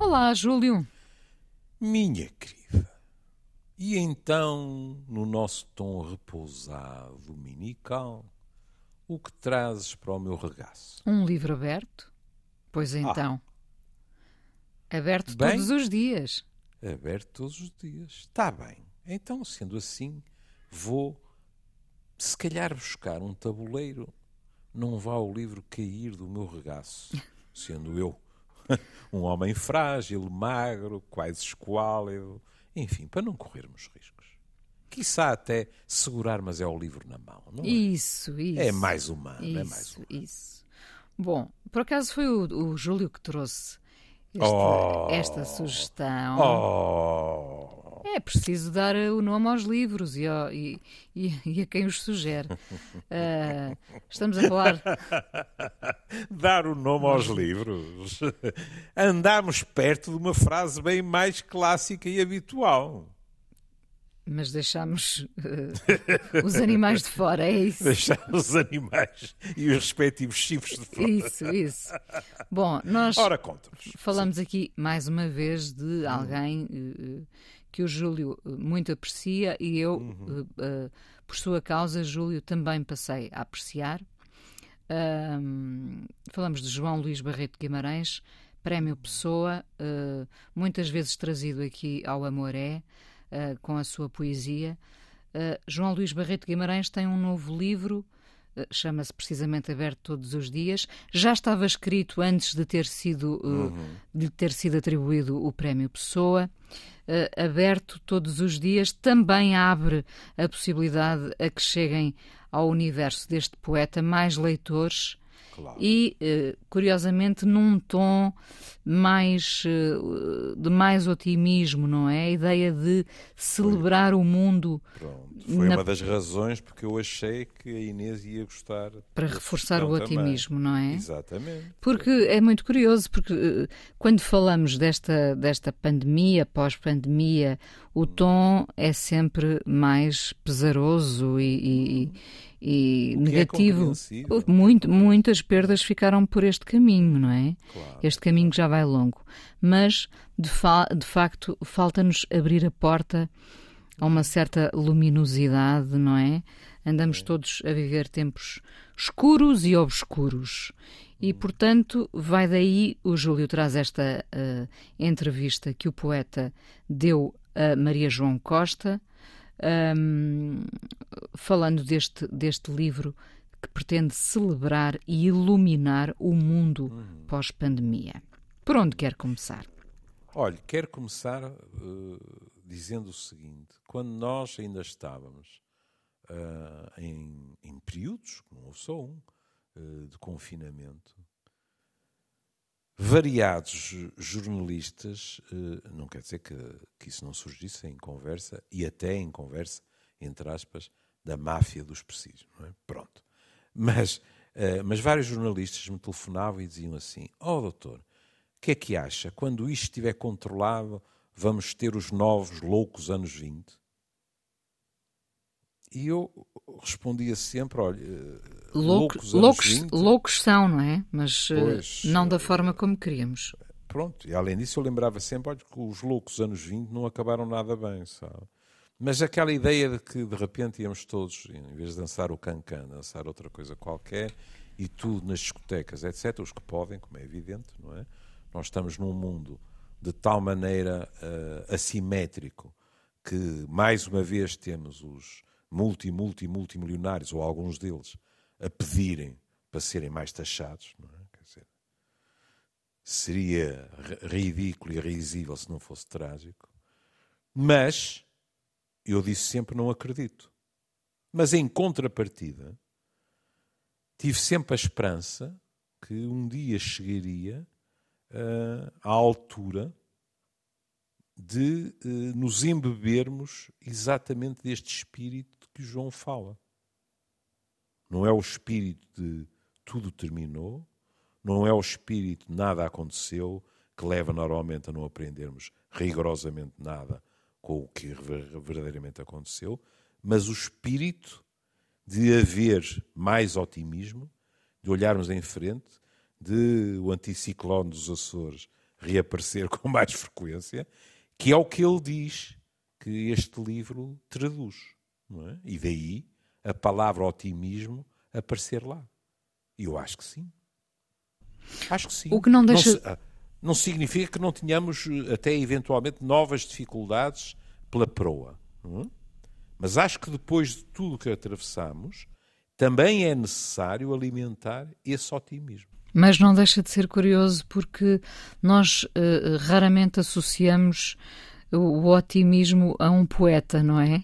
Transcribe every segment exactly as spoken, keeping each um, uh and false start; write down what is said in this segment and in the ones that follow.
Olá, Júlio. Minha querida, e então, no nosso tom repousado dominical, o que trazes para o meu regaço? Um livro aberto? Pois então. Ah, aberto bem, todos os dias. Aberto todos os dias. Está bem. Então, sendo assim, vou, se calhar, buscar um tabuleiro. Não vá o livro cair do meu regaço, sendo eu um homem frágil, magro, quase esquálido, enfim, para não corrermos riscos. Quiçá até segurar, mas é o livro na mão, não é? Isso, isso. É mais humano, isso, é mais humano. Isso. Bom, por acaso foi o, o Júlio que trouxe este, Oh, esta sugestão. Oh! É preciso dar o nome aos livros e, ao, e, e, e a quem os sugere. Uh, estamos a falar... Dar o nome aos livros. Andámos perto de uma frase bem mais clássica e habitual. Mas deixámos uh, os animais de fora, é isso? Deixámos os animais e os respectivos chifres de fora. Isso, isso. Bom, nós Ora, conta-nos. falamos Sim. aqui mais uma vez de alguém uh, que o Júlio muito aprecia e eu, uhum. uh, uh, por sua causa, Júlio, também passei a apreciar. Uh, falamos de João Luís Barreto Guimarães, Prémio Pessoa, uh, muitas vezes trazido aqui ao Amoré, Uh, com a sua poesia. Uh, João Luís Barreto Guimarães tem um novo livro, uh, chama-se precisamente Aberto Todos os Dias. Já estava escrito antes de ter sido, uh, uhum. de ter sido atribuído o Prémio Pessoa. Uh, aberto Todos os Dias também abre a possibilidade a que cheguem ao universo deste poeta mais leitores. Claro. E, uh, curiosamente, num tom mais, uh, de mais otimismo, não é? A ideia de celebrar foi. o mundo. Pronto. Foi na... uma das razões porque eu achei que a Inês ia gostar. Para reforçar o otimismo, também. não é? Exatamente. Porque é muito curioso, porque uh, quando falamos desta, desta pandemia, pós-pandemia, o tom é sempre mais pesaroso e... e e o negativo. É Muito, muitas perdas ficaram por este caminho, não é? Claro, este caminho já vai longo. Mas, de, fa de facto, falta-nos abrir a porta a uma certa luminosidade, não é? Andamos é. todos a viver tempos escuros e obscuros. E, portanto, vai daí, o Júlio traz esta uh, entrevista que o poeta deu a Maria João Costa, Um, falando deste, deste livro que pretende celebrar e iluminar o mundo uhum. pós-pandemia. Por onde quer começar? Olha, quero começar uh, dizendo o seguinte. Quando nós ainda estávamos uh, em, em períodos, não houve só um, uh, de confinamento, variados jornalistas, não quer dizer que, que isso não surgisse em conversa, e até em conversa, entre aspas, da máfia dos presídios, não é? Pronto. Mas, mas vários jornalistas me telefonavam e diziam assim: ó, doutor, o que é que acha? Quando isto estiver controlado, vamos ter os novos loucos anos vinte? E eu respondia sempre, olha, Louco, loucos, loucos, vinte, loucos são, não é? Mas pois, não da forma como queríamos. Pronto, e além disso eu lembrava sempre, olha, que os loucos anos vinte não acabaram nada bem, sabe? Mas aquela ideia de que de repente íamos todos, em vez de dançar o cancan, dançar outra coisa qualquer, e tudo nas discotecas, etcétera, os que podem, como é evidente, não é? Nós estamos num mundo de tal maneira uh, assimétrico que, mais uma vez, temos os multi, multi, multimilionários, ou alguns deles, a pedirem para serem mais taxados, não é? Quer dizer, seria ridículo e risível se não fosse trágico. Mas, eu disse sempre, não acredito. Mas, em contrapartida, tive sempre a esperança que um dia chegaria uh, à altura de uh, nos embebermos exatamente deste espírito de que o João fala. Não é o espírito de tudo terminou, não é o espírito de nada aconteceu, que leva normalmente a não aprendermos rigorosamente nada com o que verdadeiramente aconteceu, mas o espírito de haver mais otimismo, de olharmos em frente, de o anticiclone dos Açores reaparecer com mais frequência, que é o que ele diz que este livro traduz. Não é? E daí a palavra otimismo aparecer lá. E eu acho que sim. Acho que sim. O que não deixa... Não, não significa que não tenhamos até eventualmente novas dificuldades pela proa. Não é? Mas acho que depois de tudo que atravessamos, também é necessário alimentar esse otimismo. Mas não deixa de ser curioso porque nós uh, raramente associamos o, o otimismo a um poeta, não é?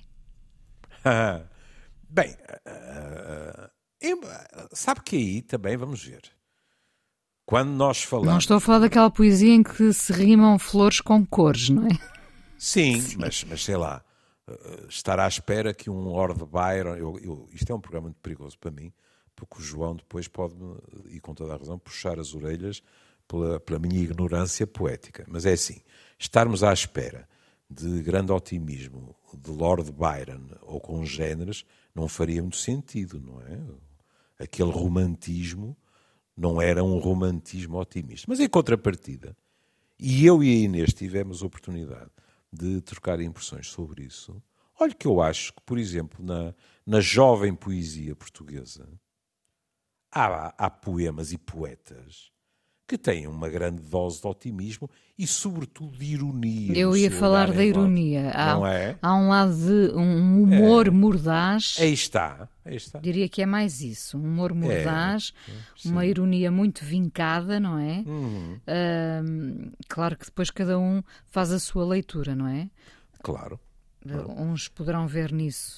Bem, uh, uh, sabe que aí também vamos ver. Quando nós falamos... Não estou a falar daquela poesia em que se rimam flores com cores, não é? Sim, Sim. Mas, mas sei lá, uh, estar à espera que um Lord Byron... Eu, eu, isto é um programa muito perigoso para mim, porque o João depois pode, e com toda a razão, puxar as orelhas pela, pela minha ignorância poética. Mas é assim, estarmos à espera de grande otimismo de Lord Byron ou congêneres não faria muito sentido, não é? Aquele romantismo não era um romantismo otimista. Mas em contrapartida, e eu e a Inês tivemos a oportunidade de trocar impressões sobre isso, olha que eu acho que, por exemplo, na, na jovem poesia portuguesa, há, há poemas e poetas que têm uma grande dose de otimismo e, sobretudo, de ironia. Eu ia falar da ironia. Há, não é? Há um lado de um humor é. mordaz. Aí está, aí está. Diria que é mais isso. Um humor mordaz, é. uma ironia muito vincada, não é? Uhum. Uh, claro que depois cada um faz a sua leitura, não é? Claro. claro. Uns poderão ver nisso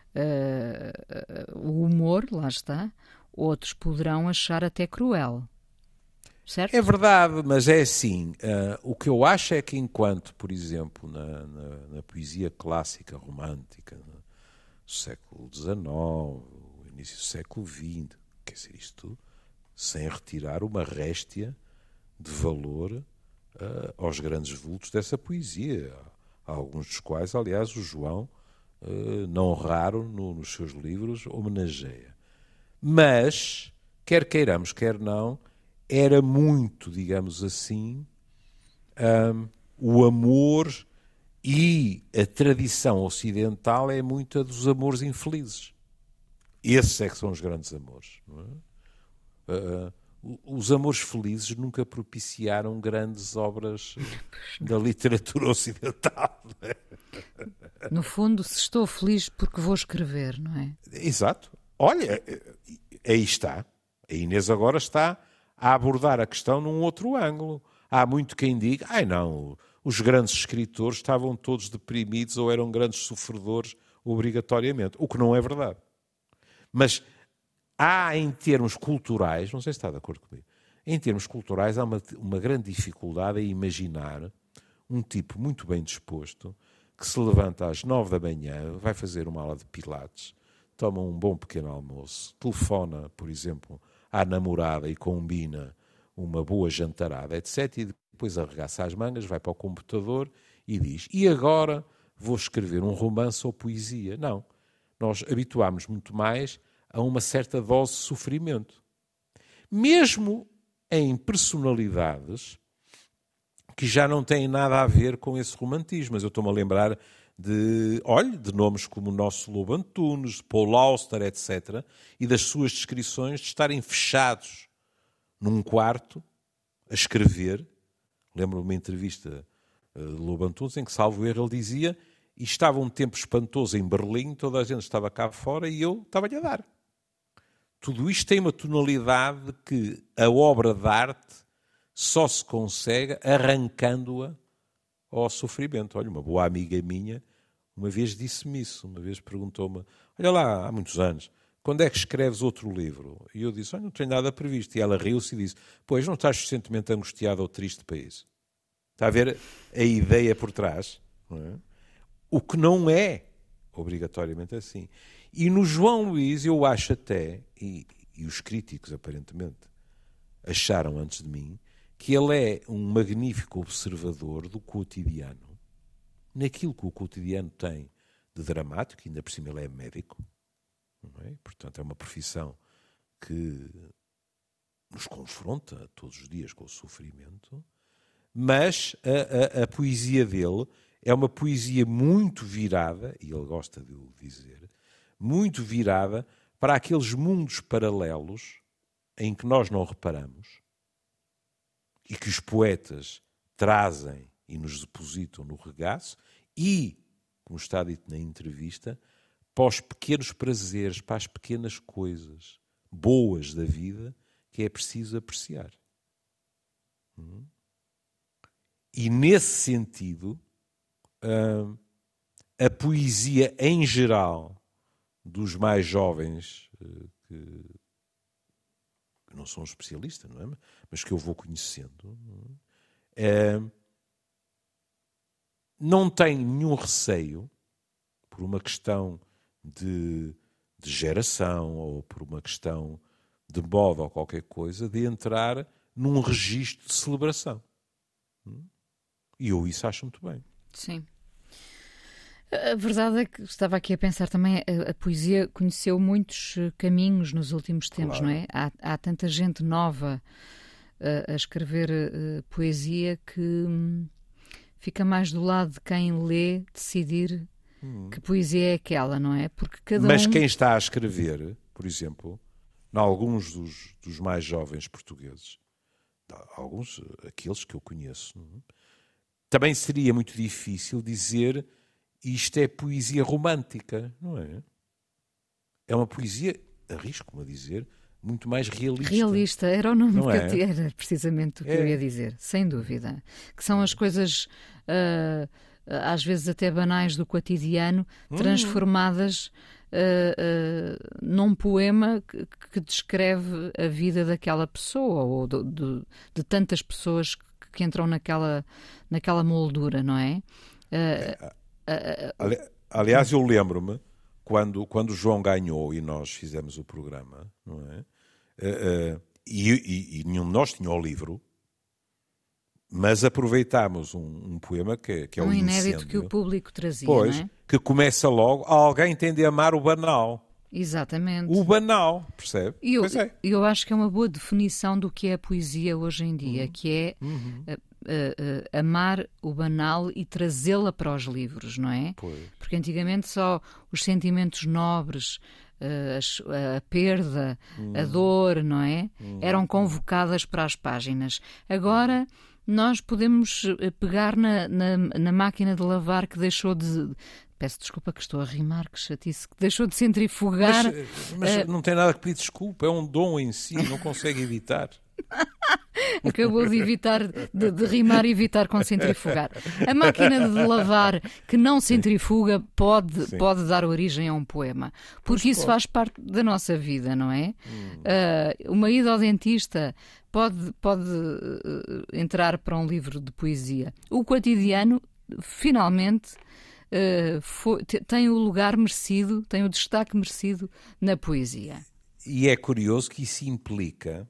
uh, o humor, lá está. Outros poderão achar até cruel. Certo? É verdade, mas é assim. Uh, o que eu acho é que enquanto, por exemplo, na, na, na poesia clássica romântica, no século dezenove, o início do século vinte, quer dizer, isto tudo, sem retirar uma réstia de valor uh, aos grandes vultos dessa poesia, alguns dos quais, aliás, o João, uh, não raro, no, nos seus livros, homenageia. Mas, quer queiramos, quer não, era muito, digamos assim, um, o amor e a tradição ocidental é muito a dos amores infelizes. Esses é que são os grandes amores. Não é? Uh, os amores felizes nunca propiciaram grandes obras da literatura ocidental. Não é? No fundo, se estou feliz porque vou escrever, não é? Exato. Olha, aí está. A Inês agora está a abordar a questão num outro ângulo. Há muito quem diga, ai não, os grandes escritores estavam todos deprimidos ou eram grandes sofredores obrigatoriamente, o que não é verdade. Mas há, em termos culturais, não sei se está de acordo comigo, em termos culturais há uma, uma grande dificuldade a imaginar um tipo muito bem disposto que se levanta às nove da manhã, vai fazer uma aula de pilates, toma um bom pequeno almoço, telefona, por exemplo, à namorada e combina uma boa jantarada, etcétera. E depois arregaça as mangas, vai para o computador e diz, e agora vou escrever um romance ou poesia. Não. Nós habituámos muito mais a uma certa dose de sofrimento. Mesmo em personalidades que já não têm nada a ver com esse romantismo. Mas eu estou-me a lembrar de, olha, de nomes como o nosso Lobo Antunes, Paul Auster, etcétera, e das suas descrições de estarem fechados num quarto a escrever. Lembro-me de uma entrevista de Lobo Antunes em que, salvo erro, ele dizia, e estava um tempo espantoso em Berlim, toda a gente estava cá fora e eu estava-lhe a dar. Tudo isto tem uma tonalidade de que a obra de arte só se consegue arrancando-a ao sofrimento. Olha, uma boa amiga minha uma vez disse-me isso, uma vez perguntou-me, olha lá, há muitos anos, quando é que escreves outro livro? E eu disse, olha, não tenho nada previsto. E ela riu-se e disse, pois, não estás suficientemente angustiado ou triste para isso? Está a ver a ideia por trás? Não é? O que não é obrigatoriamente assim. E no João Luís, eu acho até, e, e os críticos aparentemente acharam antes de mim, que ele é um magnífico observador do cotidiano, naquilo que o cotidiano tem de dramático, ainda por cima ele é médico, não é? Portanto é uma profissão que nos confronta todos os dias com o sofrimento, mas a, a, a poesia dele é uma poesia muito virada, e ele gosta de o dizer, muito virada para aqueles mundos paralelos em que nós não reparamos e que os poetas trazem e nos depositam no regaço e, como está dito na entrevista, para os pequenos prazeres, para as pequenas coisas boas da vida que é preciso apreciar. Hum? E nesse sentido, a, a poesia em geral dos mais jovens, que, que não sou um especialista, não é? Mas que eu vou conhecendo, é, não tem nenhum receio, por uma questão de, de geração ou por uma questão de moda ou qualquer coisa, de entrar num registro de celebração. E eu isso acho muito bem. Sim. A verdade é que estava aqui a pensar também, a, a poesia conheceu muitos caminhos nos últimos tempos, claro. Não é? Há, há tanta gente nova a, a escrever a, poesia que hum, fica mais do lado de quem lê decidir hum. que poesia é aquela, não é? Porque cada Mas um... quem está a escrever, por exemplo, em alguns dos, dos mais jovens portugueses, alguns, aqueles que eu conheço, não é? Também seria muito difícil dizer isto é poesia romântica, não é? É uma poesia, arrisco-me a dizer, muito mais realista. Realista, era o nome não que é? eu, era precisamente o que é. eu ia dizer, sem dúvida. Que são as coisas, uh, às vezes até banais do cotidiano, transformadas uh, uh, num poema que, que descreve a vida daquela pessoa, ou do, do, de tantas pessoas que, que entram naquela, naquela moldura, não é? Uh, é. Ali, aliás, eu lembro-me quando, quando o João ganhou e nós fizemos o programa, não é? Uh, uh, e, e, e nenhum de nós tinha o livro, mas aproveitámos um, um poema que, que é um o inédito Incêndio, que o público trazia, pois, não é? Que começa logo, alguém tem de amar o banal. Exatamente. O banal, percebe? E eu, pois é. eu acho que é uma boa definição do que é a poesia hoje em dia, uhum. que é uhum. uh, uh, uh, amar o banal e trazê-la para os livros, não é? Pois. Porque antigamente só os sentimentos nobres, uh, a, a perda, uhum. a dor, não é? Uhum. Eram convocadas para as páginas. Agora nós podemos pegar na, na, na máquina de lavar que deixou de... Peço desculpa que estou a rimar, que chatice, que deixou de centrifugar. Mas, mas uh... não tem nada que pedir desculpa, é um dom em si, não consegue evitar. Acabou de evitar, de, de rimar e evitar com centrifugar. A máquina de lavar que não centrifuga pode, pode dar origem a um poema, porque pois isso pode. Faz parte da nossa vida, não é? Hum. Uh, uma ida ao dentista pode, pode uh, entrar para um livro de poesia. O cotidiano, finalmente... Uh, foi, tem o lugar merecido, tem o destaque merecido na poesia. E é curioso que isso implica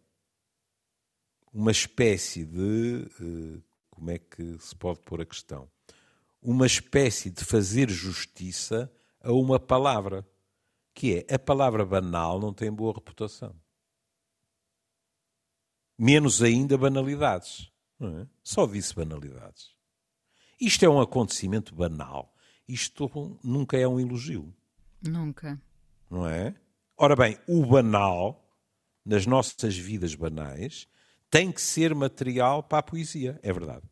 uma espécie de, uh, como é que se pode pôr a questão? Uma espécie de fazer justiça a uma palavra, que é a palavra banal não tem boa reputação. Menos ainda banalidades. Não é? Só disse banalidades. Isto é um acontecimento banal. Isto nunca é um elogio. Nunca. Não é? Ora bem, o banal, nas nossas vidas banais, tem que ser material para a poesia. É verdade.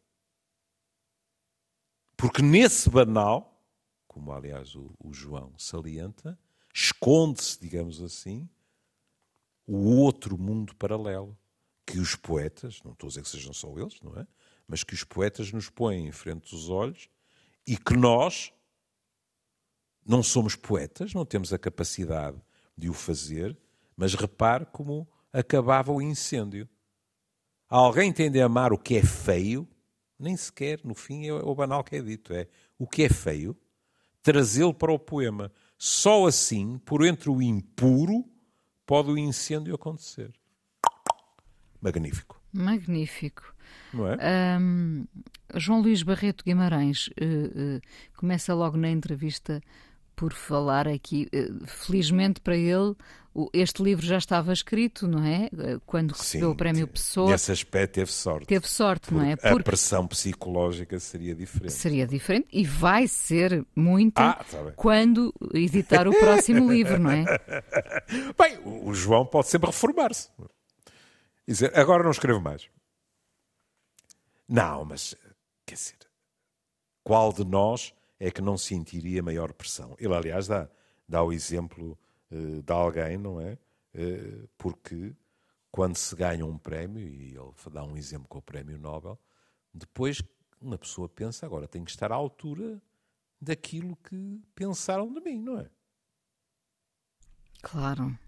Porque nesse banal, como aliás o, o João salienta, esconde-se, digamos assim, o outro mundo paralelo que os poetas, não estou a dizer que sejam só eles, não é? Mas que os poetas nos põem em frente dos olhos e que nós... Não somos poetas, não temos a capacidade de o fazer, mas repare como acabava o incêndio. Alguém tende a amar o que é feio, nem sequer, no fim, é o banal que é dito, é o que é feio, trazê-lo para o poema. Só assim, por entre o impuro, pode o incêndio acontecer. Magnífico. Magnífico. Não é? Um, João Luís Barreto Guimarães uh, uh, começa logo na entrevista por falar aqui. Felizmente para ele, este livro já estava escrito, não é? Quando recebeu Sim, o Prémio Pessoa. Nesse aspecto teve sorte. Teve sorte, não é? Porque a pressão psicológica seria diferente. Seria diferente e vai ser muita ah, tá bem. quando editar o próximo livro, não é? Bem, o João pode sempre reformar-se. Dizer, agora não escrevo mais. Não, mas, quer dizer, qual de nós é que não sentiria maior pressão? Ele, aliás, dá, dá o exemplo uh, de alguém, não é? Uh, porque quando se ganha um prémio, e ele dá um exemplo com o Prémio Nobel, depois uma pessoa pensa, agora tenho que estar à altura daquilo que pensaram de mim, não é? Claro.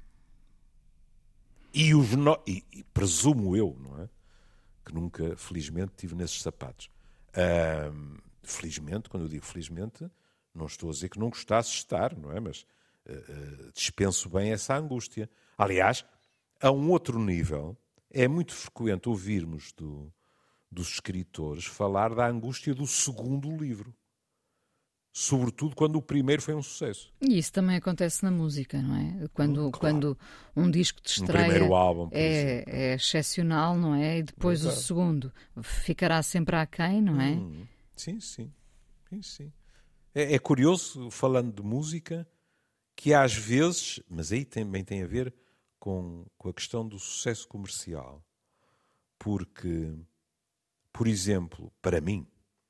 E, os no... e, e presumo eu, não é? Que nunca, felizmente, estive nesses sapatos. Uh, felizmente, quando eu digo felizmente, não estou a dizer que não gostasse de estar, não é? Mas uh, uh, dispenso bem essa angústia. Aliás, a um outro nível, é muito frequente ouvirmos do, dos escritores falar da angústia do segundo livro. Sobretudo quando o primeiro foi um sucesso. E isso também acontece na música, não é? Quando, Hum, claro. quando um disco de estreia um primeiro álbum, por é, é excepcional, não é? E depois Verdade. O segundo ficará sempre aquém, não é? Hum, sim, sim. sim, sim. É, é curioso, falando de música, que às vezes, mas aí também tem a ver com, com a questão do sucesso comercial. Porque, por exemplo, para mim,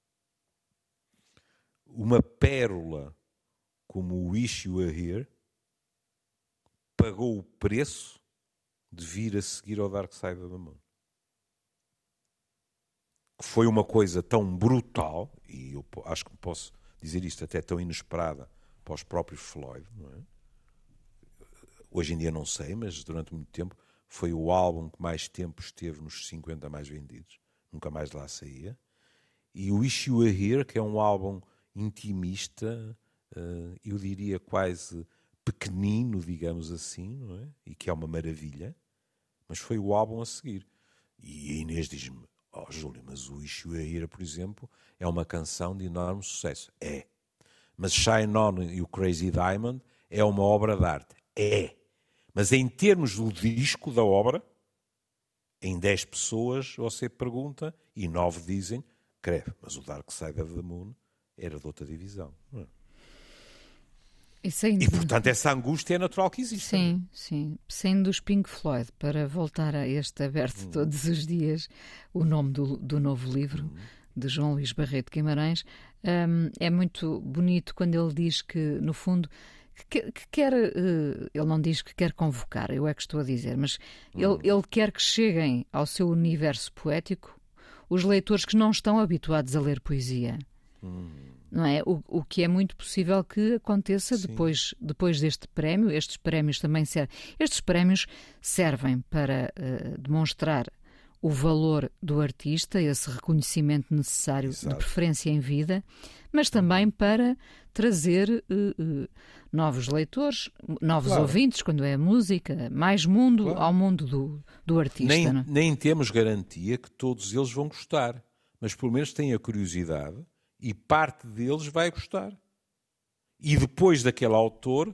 uma pérola como o Wish You Were Here pagou o preço de vir a seguir ao Dark Side of the Moon. Que foi uma coisa tão brutal, e eu acho que posso dizer isto até tão inesperada para os próprios Floyd, não é? Hoje em dia não sei, mas durante muito tempo foi o álbum que mais tempo esteve nos cinquenta mais vendidos. Nunca mais lá saía. E o Wish You Were Here, que é um álbum intimista, eu diria quase pequenino, digamos assim, não é? E que é uma maravilha, mas foi o álbum a seguir. E a Inês diz-me, ó oh, Júlio, mas o Wish You Were Here, por exemplo, é uma canção de enorme sucesso. É. Mas Shine On e o Crazy Diamond é uma obra de arte. É. Mas em termos do disco da obra, em dez pessoas você pergunta, e nove dizem, creve, mas o Dark Side of the Moon era de outra divisão. Não é? Isso é e, portanto, essa angústia é natural que existe. Sim, sim. Sendo dos Pink Floyd, para voltar a este aberto hum. todos os dias, o nome do, do novo livro, hum. de João Luís Barreto Guimarães, um, é muito bonito quando ele diz que, no fundo, que, que quer, uh, ele não diz que quer convocar, eu é que estou a dizer, mas hum. ele, ele quer que cheguem ao seu universo poético os leitores que não estão habituados a ler poesia. Hum. Não é? O, o que é muito possível que aconteça depois, depois deste prémio. Estes prémios também servem. Estes prémios servem para uh, demonstrar o valor do artista, esse reconhecimento necessário, Exato. De preferência em vida, mas também para trazer uh, uh, novos leitores, novos claro. Ouvintes, quando é a música, mais mundo claro. Ao mundo do, do artista. Nem, não? nem temos garantia que todos eles vão gostar, mas pelo menos têm a curiosidade e parte deles vai gostar. E depois daquele autor,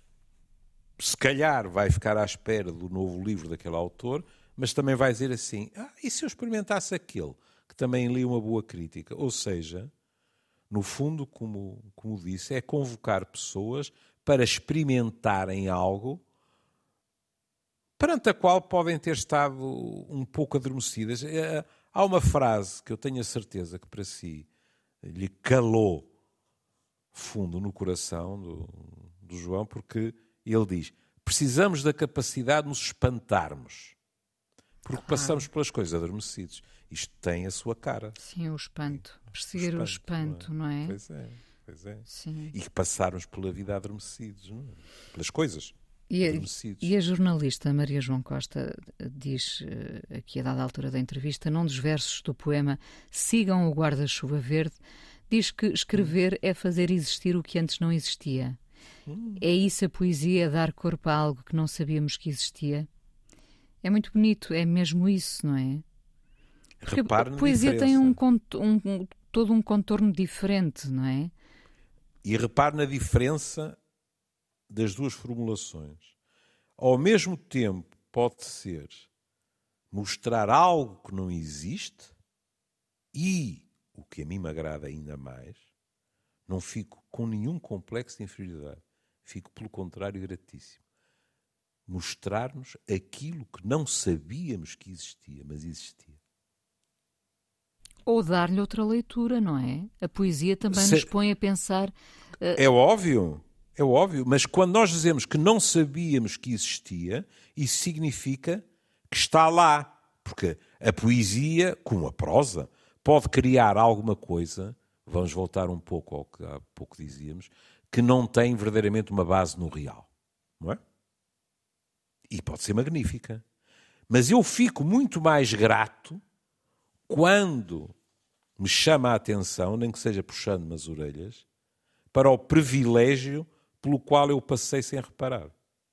se calhar vai ficar à espera do novo livro daquele autor, mas também vai dizer assim, ah, e se eu experimentasse aquele, que também li uma boa crítica? Ou seja, no fundo, como, como disse, é convocar pessoas para experimentarem algo perante a qual podem ter estado um pouco adormecidas. Há uma frase que eu tenho a certeza que para si lhe calou fundo no coração do, do João, porque ele diz, precisamos da capacidade de nos espantarmos, porque passamos pelas coisas adormecidos. Isto tem a sua cara. Sim, o espanto. Perseguir o espanto, não é? Não é? Pois é, pois é. Sim. E que passarmos pela vida adormecidos, não é? Pelas coisas e a, adormecidos. E a jornalista Maria João Costa diz, aqui a dada altura da entrevista, num dos versos do poema Sigam o Guarda-Chuva Verde, diz que escrever hum. é fazer existir o que antes não existia. Hum. É isso a poesia, dar corpo a algo que não sabíamos que existia? É muito bonito, é mesmo isso, não é? Porque Repare a poesia tem um, um, um, todo um contorno diferente, não é? E repare na diferença das duas formulações. Ao mesmo tempo, pode ser mostrar algo que não existe e, o que a mim me agrada ainda mais, não fico com nenhum complexo de inferioridade. Fico, pelo contrário, gratíssimo. Mostrar-nos aquilo que não sabíamos que existia, mas existia. Ou dar-lhe outra leitura, não é? A poesia também Se... nos põe a pensar... Uh... É óbvio, é óbvio. Mas quando nós dizemos que não sabíamos que existia, isso significa que está lá. Porque a poesia, como a prosa, pode criar alguma coisa, vamos voltar um pouco ao que há pouco dizíamos, que não tem verdadeiramente uma base no real. Não é? E pode ser magnífica. Mas eu fico muito mais grato quando me chama a atenção, nem que seja puxando-me as orelhas, para o privilégio pelo qual eu passei sem reparar.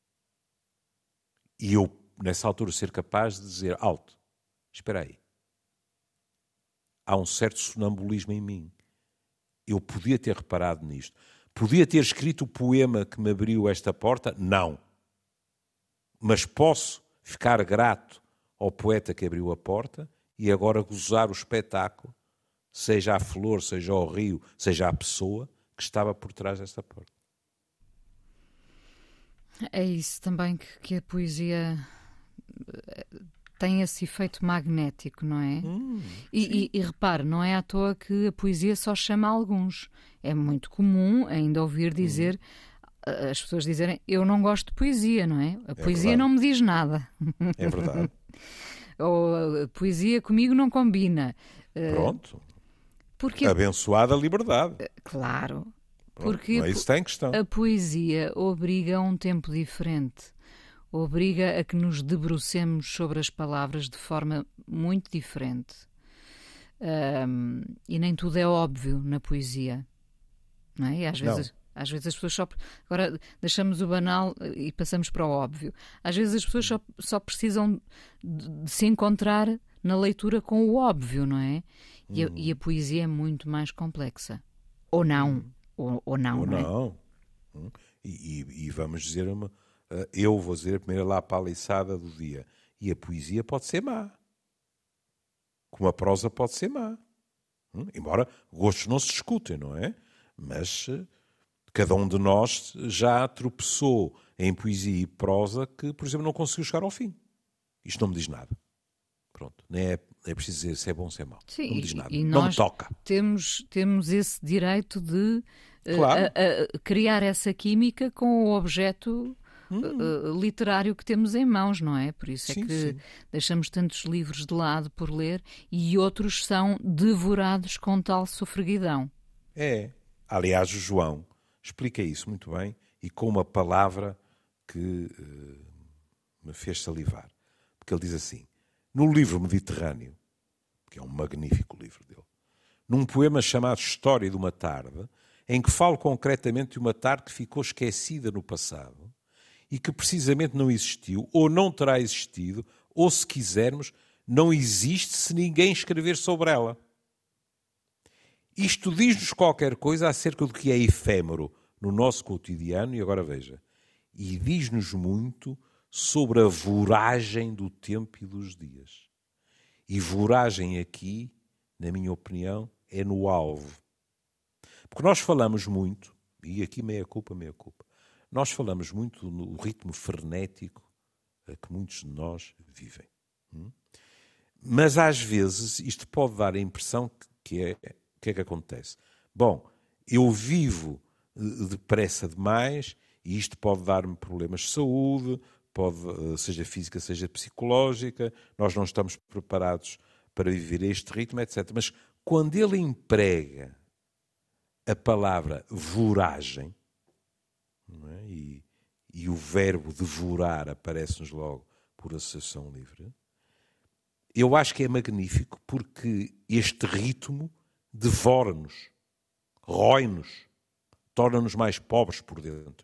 E eu, nessa altura, ser capaz de dizer, alto, espera aí. Há um certo sonambulismo em mim. Eu podia ter reparado nisto. Podia ter escrito o poema que me abriu esta porta? Não. Mas posso ficar grato ao poeta que abriu a porta e agora gozar o espetáculo, seja a flor, seja o rio, seja a pessoa que estava por trás desta porta. É isso também que, que a poesia tem esse efeito magnético, não é? Hum, e, e, e repare, não é à toa que a poesia só chama alguns. É muito comum ainda ouvir dizer... Hum. As pessoas dizerem, eu não gosto de poesia, não é? A poesia é não me diz nada. É verdade. Ou a poesia comigo não combina. Pronto. Porque abençoada liberdade. Claro. Pronto, porque não é isso que está em questão. A poesia obriga a um tempo diferente. Obriga a que nos debrucemos sobre as palavras de forma muito diferente. Um, e nem tudo é óbvio na poesia. Não é? E às vezes... Não. Às vezes as pessoas só... Agora deixamos o banal e passamos para o óbvio. Às vezes as pessoas só, só precisam de, de se encontrar na leitura com o óbvio, não é? E, hum. a, e a poesia é muito mais complexa. Ou não. Hum. Ou, ou não, ou não, não. É? Hum. E, e, e vamos dizer uma... Eu vou dizer a primeira lá paliçada do dia. E a poesia pode ser má. Como a prosa pode ser má. Hum. Embora gostos não se discutem, não é? Mas... Cada um de nós já tropeçou em poesia e prosa que, por exemplo, não conseguiu chegar ao fim. Isto não me diz nada. Pronto. Nem é, é preciso dizer se é bom ou se é mau. Sim, não me diz nada. E não nós me toca. Temos, temos esse direito de claro. uh, a, a criar essa química com o objeto hum. uh, literário que temos em mãos, não é? Por isso sim, é que sim. deixamos tantos livros de lado por ler e outros são devorados com tal sofreguidão. É. Aliás, o João explica isso muito bem e com uma palavra que uh, me fez salivar. Porque ele diz assim, no livro Mediterrâneo, que é um magnífico livro dele, num poema chamado História de uma Tarde, em que falo concretamente de uma tarde que ficou esquecida no passado e que precisamente não existiu, ou não terá existido, ou se quisermos, não existe se ninguém escrever sobre ela. Isto diz-nos qualquer coisa acerca do que é efêmero no nosso cotidiano, e agora veja, e diz-nos muito sobre a voragem do tempo e dos dias. E voragem aqui, na minha opinião, é no alvo. Porque nós falamos muito, e aqui meia culpa, meia culpa, nós falamos muito no ritmo frenético a que muitos de nós vivem. Mas às vezes isto pode dar a impressão que é, o que é que acontece? Bom, eu vivo depressa demais e isto pode dar-me problemas de saúde, pode, seja física, seja psicológica, nós não estamos preparados para viver este ritmo, etcétera. Mas quando ele emprega a palavra voragem, não é? e, e o verbo devorar aparece-nos logo por associação livre, eu acho que é magnífico porque este ritmo devora-nos, rói-nos, torna-nos mais pobres por dentro.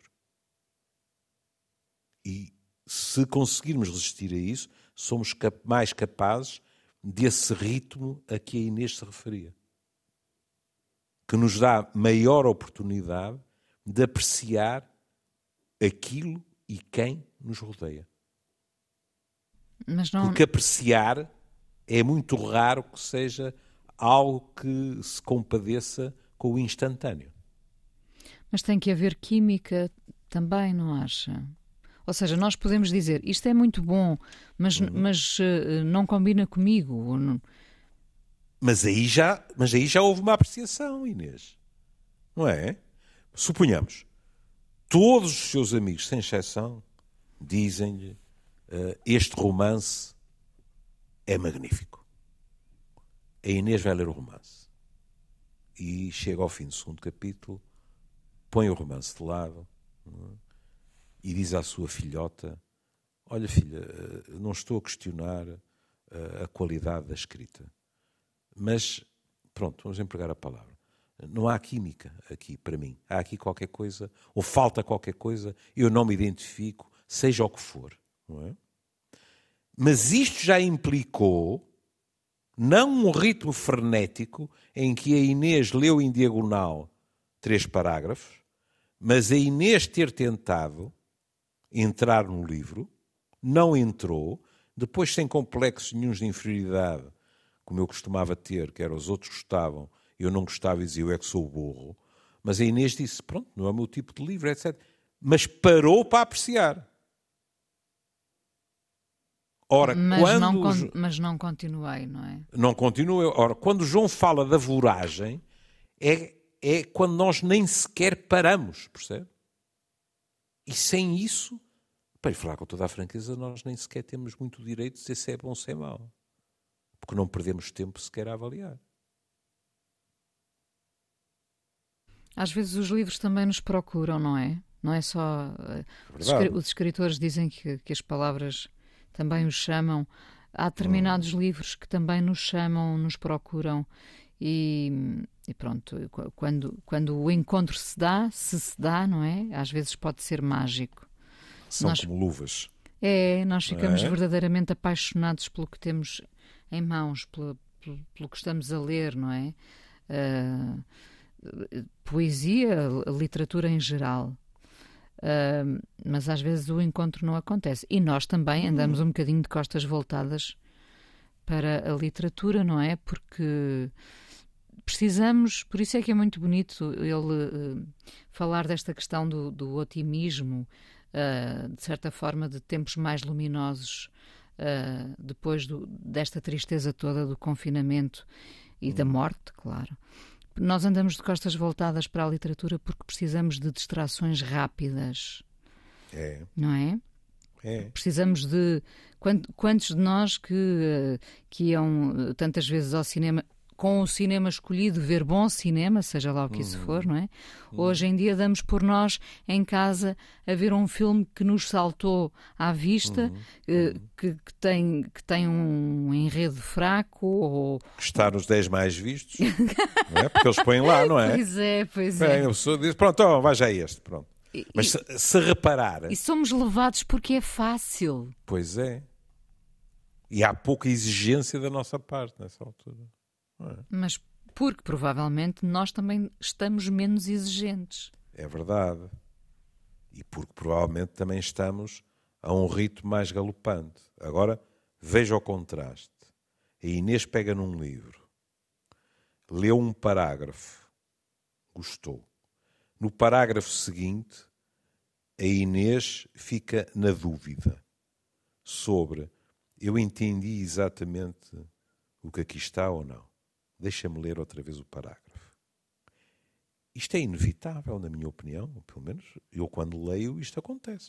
E se conseguirmos resistir a isso, somos cap- mais capazes desse ritmo a que a Inês se referia. que nos dá maior oportunidade de apreciar aquilo e quem nos rodeia. Mas não... Porque apreciar é muito raro que seja algo que se compadeça com o instantâneo. Mas tem que haver química também, não acha? Ou seja, nós podemos dizer, isto é muito bom, mas, uhum. mas uh, não combina comigo. Não... Mas, aí já, mas aí já houve uma apreciação, Inês. Não é? Suponhamos, todos os seus amigos, sem exceção, dizem-lhe uh, este romance é magnífico. A Inês vai ler o romance. E chega ao fim do segundo capítulo, põe o romance de lado, não é? E diz à sua filhota, olha filha, não estou a questionar a qualidade da escrita, mas, pronto, vamos empregar a palavra. Não há química aqui para mim. Há aqui qualquer coisa, ou falta qualquer coisa, eu não me identifico, seja o que for. Não é? Mas isto já implicou, não um ritmo frenético, em que a Inês leu em diagonal três parágrafos, mas a Inês ter tentado entrar no livro, não entrou, depois sem complexos nenhuns de inferioridade, como eu costumava ter, que era os outros gostavam, eu não gostava e dizia eu é que sou burro, mas a Inês disse, pronto, não é o meu tipo de livro, etcétera. Mas parou para apreciar. Ora, mas, quando não con- mas não continuei, não é? Não continuei. Ora, quando o João fala da voragem, é, é quando nós nem sequer paramos, percebe? E sem isso, para lhe falar com toda a franqueza, nós nem sequer temos muito direito de dizer se é bom ou se é mau. Porque não perdemos tempo sequer a avaliar. Às vezes os livros também nos procuram, não é? Não é só... Verdade. Os escritores dizem que, que as palavras também os chamam. Há determinados hum. livros que também nos chamam, nos procuram. E, e pronto, quando, quando o encontro se dá, se se dá, não é? Às vezes pode ser mágico. São nós, como luvas. É, nós ficamos é? verdadeiramente apaixonados pelo que temos em mãos, pelo, pelo, pelo que estamos a ler, não é? Uh, poesia, literatura em geral. Uh, mas às vezes o encontro não acontece. E nós também andamos um bocadinho de costas voltadas para a literatura, não é? Porque precisamos, por isso é que é muito bonito ele uh, falar desta questão do, do otimismo, uh, de certa forma, de tempos mais luminosos, uh, depois do, desta tristeza toda do confinamento e da morte, claro. Nós andamos de costas voltadas para a literatura porque precisamos de distrações rápidas, é. não é? É. Precisamos de... Quantos de nós que, que iam tantas vezes ao cinema, com o cinema escolhido, ver bom cinema, seja lá o que isso for, não é? Uhum. Hoje em dia damos por nós em casa a ver um filme que nos saltou à vista, uhum. eh, que, que, tem, que tem um enredo fraco ou... Que está nos dez mais vistos, não é? Porque eles põem lá, não é? Pois é, pois Bem, é. A pessoa diz, pronto, oh, vai já este, pronto. E, Mas se, se reparar... E somos levados porque é fácil. Pois é. E há pouca exigência da nossa parte nessa altura. É. Mas porque provavelmente nós também estamos menos exigentes. É verdade. E porque provavelmente também estamos a um ritmo mais galopante. Agora, veja o contraste. A Inês pega num livro, leu um parágrafo, gostou. No parágrafo seguinte, a Inês fica na dúvida sobre eu entendi exatamente o que aqui está ou não. Deixa-me ler outra vez o parágrafo. Isto é inevitável, na minha opinião, pelo menos eu quando leio isto acontece.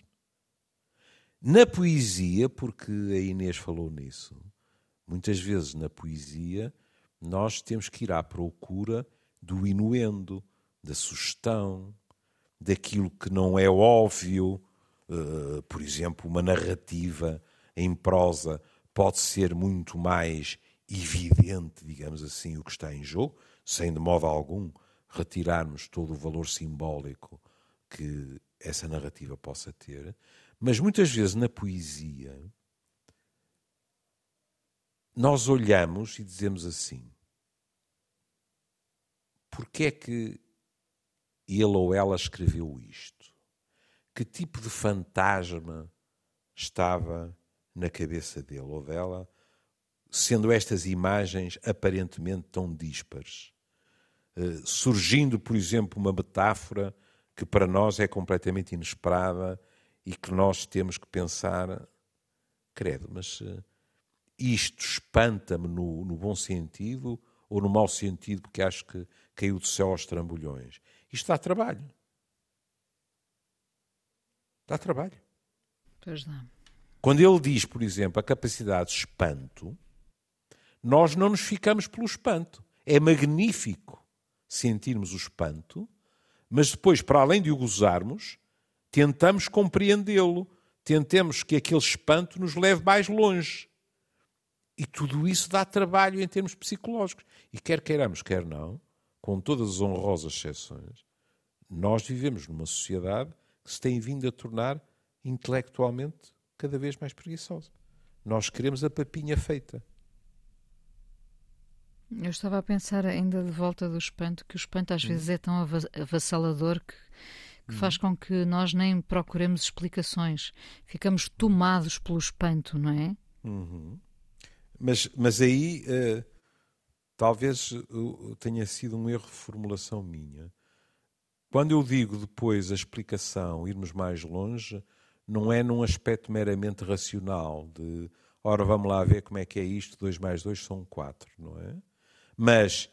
Na poesia, porque a Inês falou nisso, muitas vezes na poesia nós temos que ir à procura do inuendo, da sugestão, daquilo que não é óbvio. Uh, por exemplo, uma narrativa em prosa pode ser muito mais evidente, digamos assim, o que está em jogo, sem de modo algum retirarmos todo o valor simbólico que essa narrativa possa ter. Mas muitas vezes na poesia nós olhamos e dizemos assim, porque é que ele ou ela escreveu isto? Que tipo de fantasma estava na cabeça dele ou dela, sendo estas imagens aparentemente tão díspares? Uh, surgindo, por exemplo, uma metáfora que para nós é completamente inesperada e que nós temos que pensar, credo, mas uh, isto espanta-me no, no bom sentido ou no mau sentido, porque acho que caiu do céu aos trambolhões. Isto dá trabalho. Dá trabalho. Pois dá. Quando ele diz, por exemplo, a capacidade de espanto, nós não nos ficamos pelo espanto. É magnífico sentirmos o espanto, mas depois, para além de o gozarmos, tentamos compreendê-lo. Tentemos que aquele espanto nos leve mais longe. E tudo isso dá trabalho em termos psicológicos. E quer queiramos, quer não, com todas as honrosas exceções, nós vivemos numa sociedade que se tem vindo a tornar intelectualmente cada vez mais preguiçosa. Nós queremos a papinha feita. Eu estava a pensar ainda de volta do espanto, que o espanto às hum. vezes é tão avassalador que, que hum. faz com que nós nem procuremos explicações. Ficamos tomados pelo espanto, não é? Uhum. Mas, mas aí uh, talvez uh, tenha sido um erro de formulação minha. Quando eu digo depois a explicação, irmos mais longe, não é num aspecto meramente racional, de, ora, vamos lá ver como é que é isto, dois mais dois são quatro, não é? Mas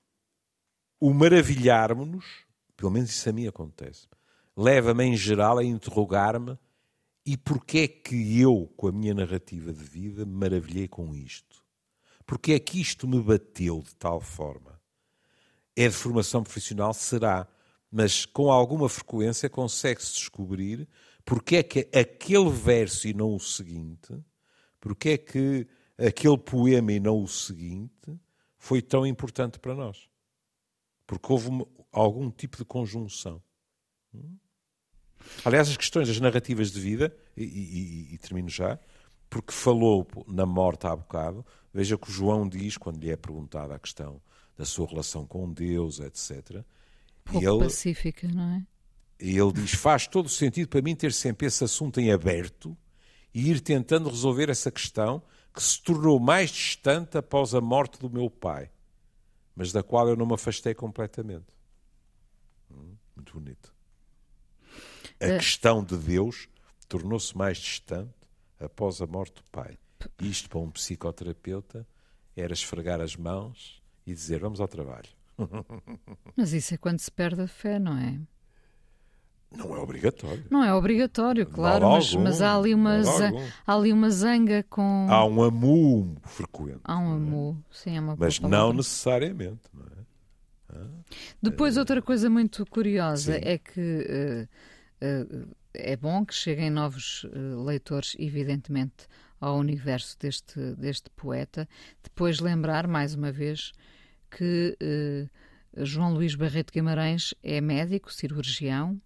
o maravilhar-nos, pelo menos isso a mim acontece, leva-me em geral a interrogar-me e porquê é que eu, com a minha narrativa de vida, me maravilhei com isto? Porquê é que isto me bateu de tal forma? É de formação profissional? Será. Mas com alguma frequência consegue-se descobrir porque é que aquele verso e não o seguinte, porque é que aquele poema e não o seguinte foi tão importante para nós. Porque houve uma, algum tipo de conjunção. Aliás, as questões das narrativas de vida, e, e, e termino já, porque falou na morte há bocado, veja que o João diz, quando lhe é perguntada a questão da sua relação com Deus, etcétera, pouco ele, pacífica, não é? E ele diz, faz todo o sentido para mim ter sempre esse assunto em aberto e ir tentando resolver essa questão que se tornou mais distante após a morte do meu pai, mas da qual eu não me afastei completamente. Hum, muito bonito. A é. questão de Deus tornou-se mais distante após a morte do pai. Isto, para um psicoterapeuta, era esfregar as mãos e dizer, vamos ao trabalho. Mas isso é quando se perde a fé, não é? Não é obrigatório. Não é obrigatório, claro, mas, algum, mas há, ali uma za- há ali uma zanga com... Há um amu frequente. Há um amu, é? Sim, é uma mas não palavra. Necessariamente, não é? Ah, Depois, é... outra coisa muito curiosa Sim. é que uh, uh, é bom que cheguem novos uh, leitores, evidentemente, ao universo deste, deste poeta. Depois lembrar, mais uma vez, que uh, João Luís Barreto Guimarães é médico, cirurgião,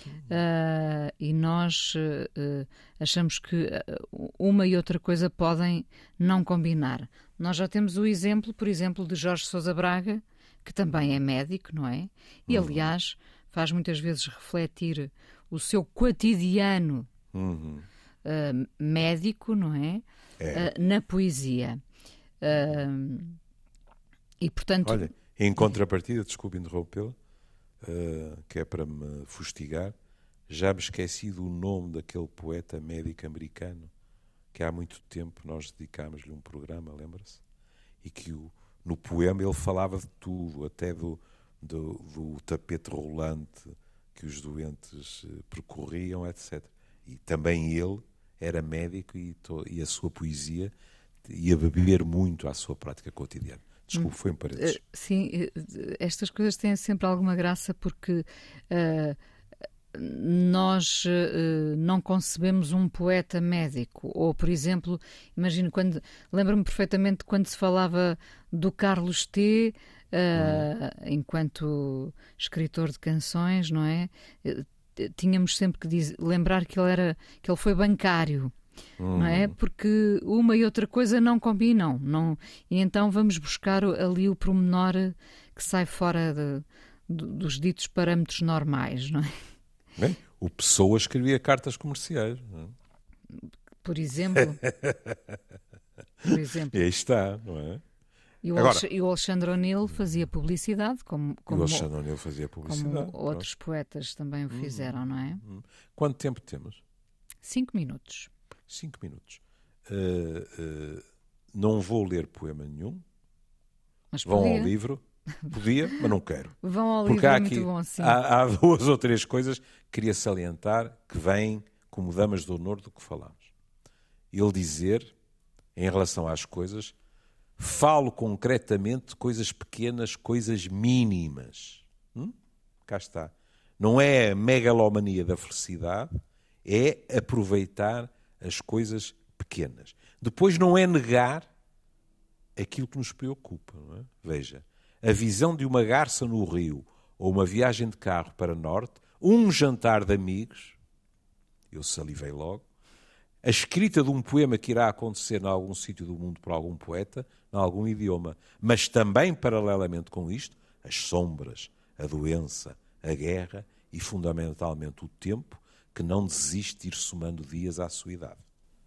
uh, e nós uh, achamos que uma e outra coisa podem não combinar. Nós já temos o exemplo, por exemplo, de Jorge Sousa Braga, que também é médico, não é? E, aliás, faz muitas vezes refletir o seu cotidiano uhum. uh, médico, não é? é. Uh, na poesia. Uh, E, portanto... Olha, em contrapartida, desculpe interrompê-la, uh, que é para me fustigar, já me esqueci do nome daquele poeta médico americano que há muito tempo nós dedicámos-lhe um programa, lembra-se? E que o, no poema ele falava de tudo, até do, do, do tapete rolante que os doentes percorriam, etcétera. E também ele era médico e, to, e a sua poesia ia beber muito à sua prática cotidiana. Desculpe, foi um parênteses. Sim, estas coisas têm sempre alguma graça porque uh, nós uh, não concebemos um poeta médico. Ou, por exemplo, imagino, quando lembro-me perfeitamente quando se falava do Carlos T., uh, hum. enquanto escritor de canções, não é? Tínhamos sempre que dizer, lembrar que ele, era, que ele foi bancário. Hum. Não é? Porque uma e outra coisa não combinam. Não... E então vamos buscar ali o pormenor que sai fora de, de, dos ditos parâmetros normais, não é? Bem, o Pessoa escrevia cartas comerciais. Não é? Por exemplo. Por exemplo. E aí está, não é? E o, Agora, e o Alexandre O'Neill fazia publicidade, como, como, o Alexandre O'Neill fazia publicidade, como outros poetas também o fizeram, hum, não é? Hum. Quanto tempo temos? Cinco minutos. Cinco minutos. Uh, uh, não vou ler poema nenhum. Mas Vão podia. ao livro. Podia, mas não quero. Vão ao Porque livro, há é aqui, muito bom, sim. Há, há duas ou três coisas que queria salientar que vêm como damas de honor do que falámos. Ele dizer, em relação às coisas, falo concretamente de coisas pequenas, coisas mínimas. Hum? Cá está. Não é a megalomania da felicidade, é aproveitar as coisas pequenas. Depois não é negar aquilo que nos preocupa. Não é? Veja, a visão de uma garça no rio ou uma viagem de carro para norte, um jantar de amigos, eu salivei logo, a escrita de um poema que irá acontecer em algum sítio do mundo por algum poeta, em algum idioma, mas também, paralelamente com isto, as sombras, a doença, a guerra e, fundamentalmente, o tempo que não desiste de ir somando dias à sua idade.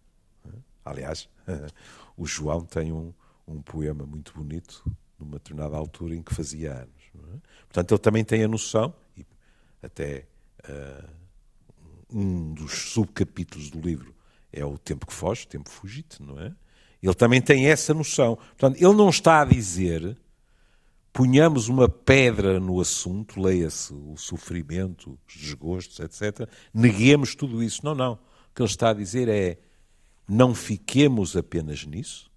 Aliás, o João tem um, um poema muito bonito, numa determinada altura em que fazia anos. Não é? Portanto, ele também tem a noção, e até uh, um dos subcapítulos do livro é o tempo que foge, o tempo fugite, não é? Ele também tem essa noção. Portanto, ele não está a dizer ponhamos uma pedra no assunto, leia-se o sofrimento, os desgostos, etcétera, neguemos tudo isso. Não, não. O que ele está a dizer é não fiquemos apenas nisso,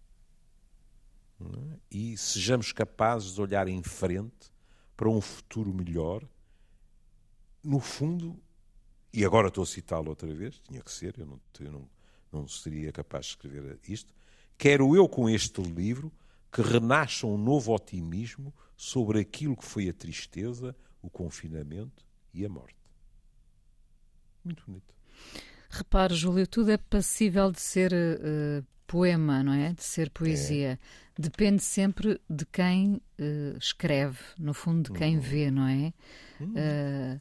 não é? E sejamos capazes de olhar em frente para um futuro melhor. No fundo, e agora estou a citá-lo outra vez, tinha que ser, eu não, eu não, não seria capaz de escrever isto, quero eu com este livro que renasça um novo otimismo sobre aquilo que foi a tristeza, o confinamento e a morte. Muito bonito. Repare, Júlio, tudo é passível de ser uh, poema, não é? De ser poesia. É. Depende sempre de quem uh, escreve, no fundo de quem uhum. vê, não é? Uhum. Uh,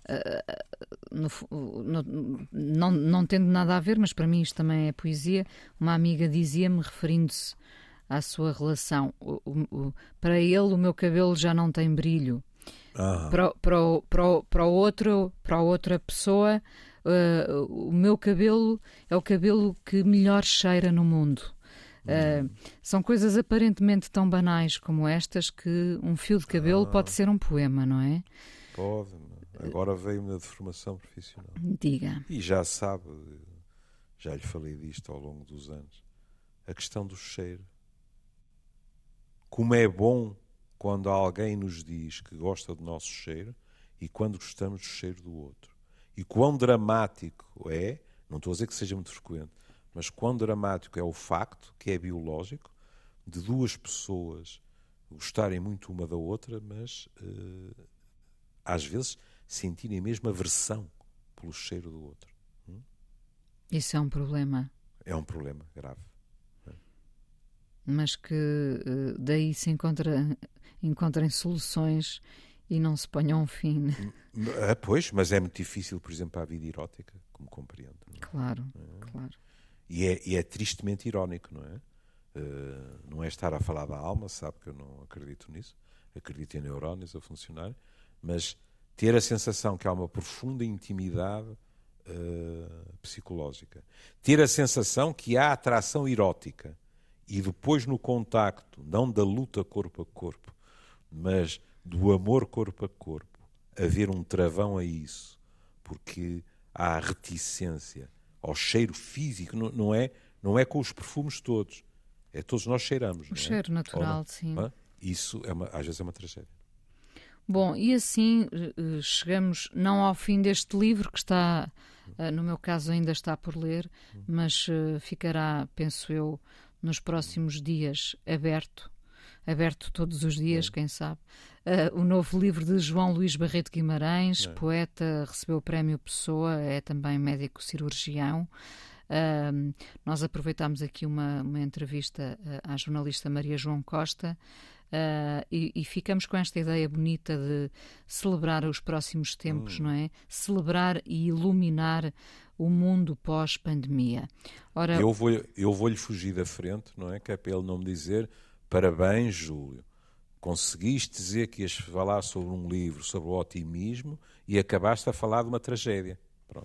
uh, no, no, não, não tendo nada a ver, mas para mim isto também é poesia. Uma amiga dizia-me, referindo-se à sua relação, o, o, o, para ele o meu cabelo já não tem brilho. Ah. Para, para, para, para, o outro, para a outra pessoa, uh, o meu cabelo é o cabelo que melhor cheira no mundo. Uh, são coisas aparentemente tão banais como estas que um fio de cabelo ah. pode ser um poema, não é? Pode. Agora veio-me na deformação profissional. Diga. E já sabe, já lhe falei disto ao longo dos anos, a questão do cheiro. Como é bom quando alguém nos diz que gosta do nosso cheiro e quando gostamos do cheiro do outro. E quão dramático é, não estou a dizer que seja muito frequente, mas quão dramático é o facto, que é biológico, de duas pessoas gostarem muito uma da outra, mas uh, às vezes sentirem mesmo aversão pelo cheiro do outro. Hum? Isso é um problema. É um problema grave. Mas que uh, daí se encontra, encontrem soluções e não se ponham um fim. Ah, pois, mas é muito difícil, por exemplo, para a vida erótica, como compreendo. Não é? Claro, é? claro. E é, e é tristemente irónico, não é? Uh, não é estar a falar da alma, sabe que eu não acredito nisso, acredito em neurónios a funcionar, mas ter a sensação que há uma profunda intimidade uh, psicológica, ter a sensação que há atração erótica, e depois no contacto, não da luta corpo a corpo, mas do amor corpo a corpo, haver um travão a isso, porque há reticência ao cheiro físico, não, não, é, não é com os perfumes todos, é todos nós cheiramos. O não é? cheiro natural, sim. Ah, isso é uma, às vezes é uma tragédia. Bom, e assim chegamos não ao fim deste livro, que está, no meu caso ainda está por ler, mas ficará, penso eu, nos próximos dias aberto, aberto todos os dias, é. Quem sabe, uh, o novo livro de João Luís Barreto Guimarães, é. Poeta, recebeu o prémio Pessoa, é também médico cirurgião, Uh, nós aproveitámos aqui uma, uma entrevista à jornalista Maria João Costa, uh, e, e ficamos com esta ideia bonita de celebrar os próximos tempos, hum. não é? Celebrar e iluminar o mundo pós-pandemia. Ora, eu vou, eu vou-lhe fugir da frente, não é? Que é para ele não me dizer parabéns, Júlio. Conseguiste dizer que ias falar sobre um livro sobre o otimismo e acabaste a falar de uma tragédia. Pronto.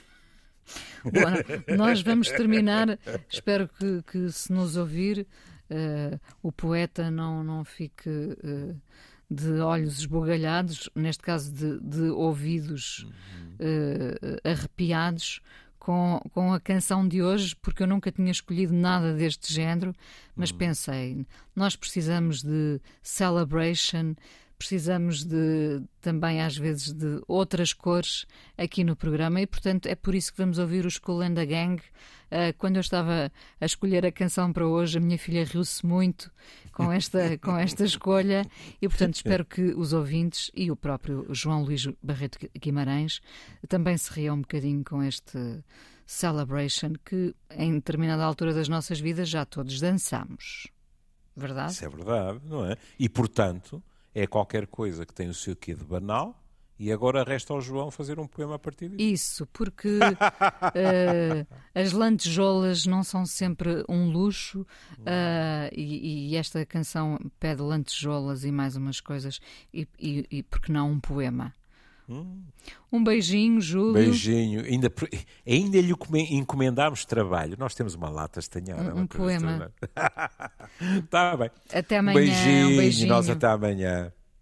Bom, nós vamos terminar. Espero que, que se nos ouvir, uh, o poeta não, não fique uh, de olhos esbugalhados, neste caso de, de ouvidos uh, arrepiados, com, com a canção de hoje, porque eu nunca tinha escolhido nada deste género, mas uhum. pensei, nós precisamos de celebration, precisamos de, também às vezes, de outras cores aqui no programa, e portanto é por isso que vamos ouvir os Kool and the Gang. Uh, quando eu estava a escolher a canção para hoje, a minha filha riu-se muito com esta, com esta escolha, e portanto espero que os ouvintes e o próprio João Luís Barreto Guimarães também se riam um bocadinho com este celebration que em determinada altura das nossas vidas já todos dançamos. Verdade? Isso é verdade, não é? E portanto é qualquer coisa que tem o seu quê de banal, e agora resta ao João fazer um poema a partir disso. Isso, porque uh, as lantejoulas não são sempre um luxo, uh, e, e esta canção pede lantejoulas e mais umas coisas, e, e, e por que não um poema? Hum. Um beijinho, Júlio. Beijinho. Ainda, ainda lhe encomendámos trabalho. Nós temos uma lata estanhada. Um, um poema. Está bem. Até amanhã. Um beijinho. Um beijinho. Nós até amanhã.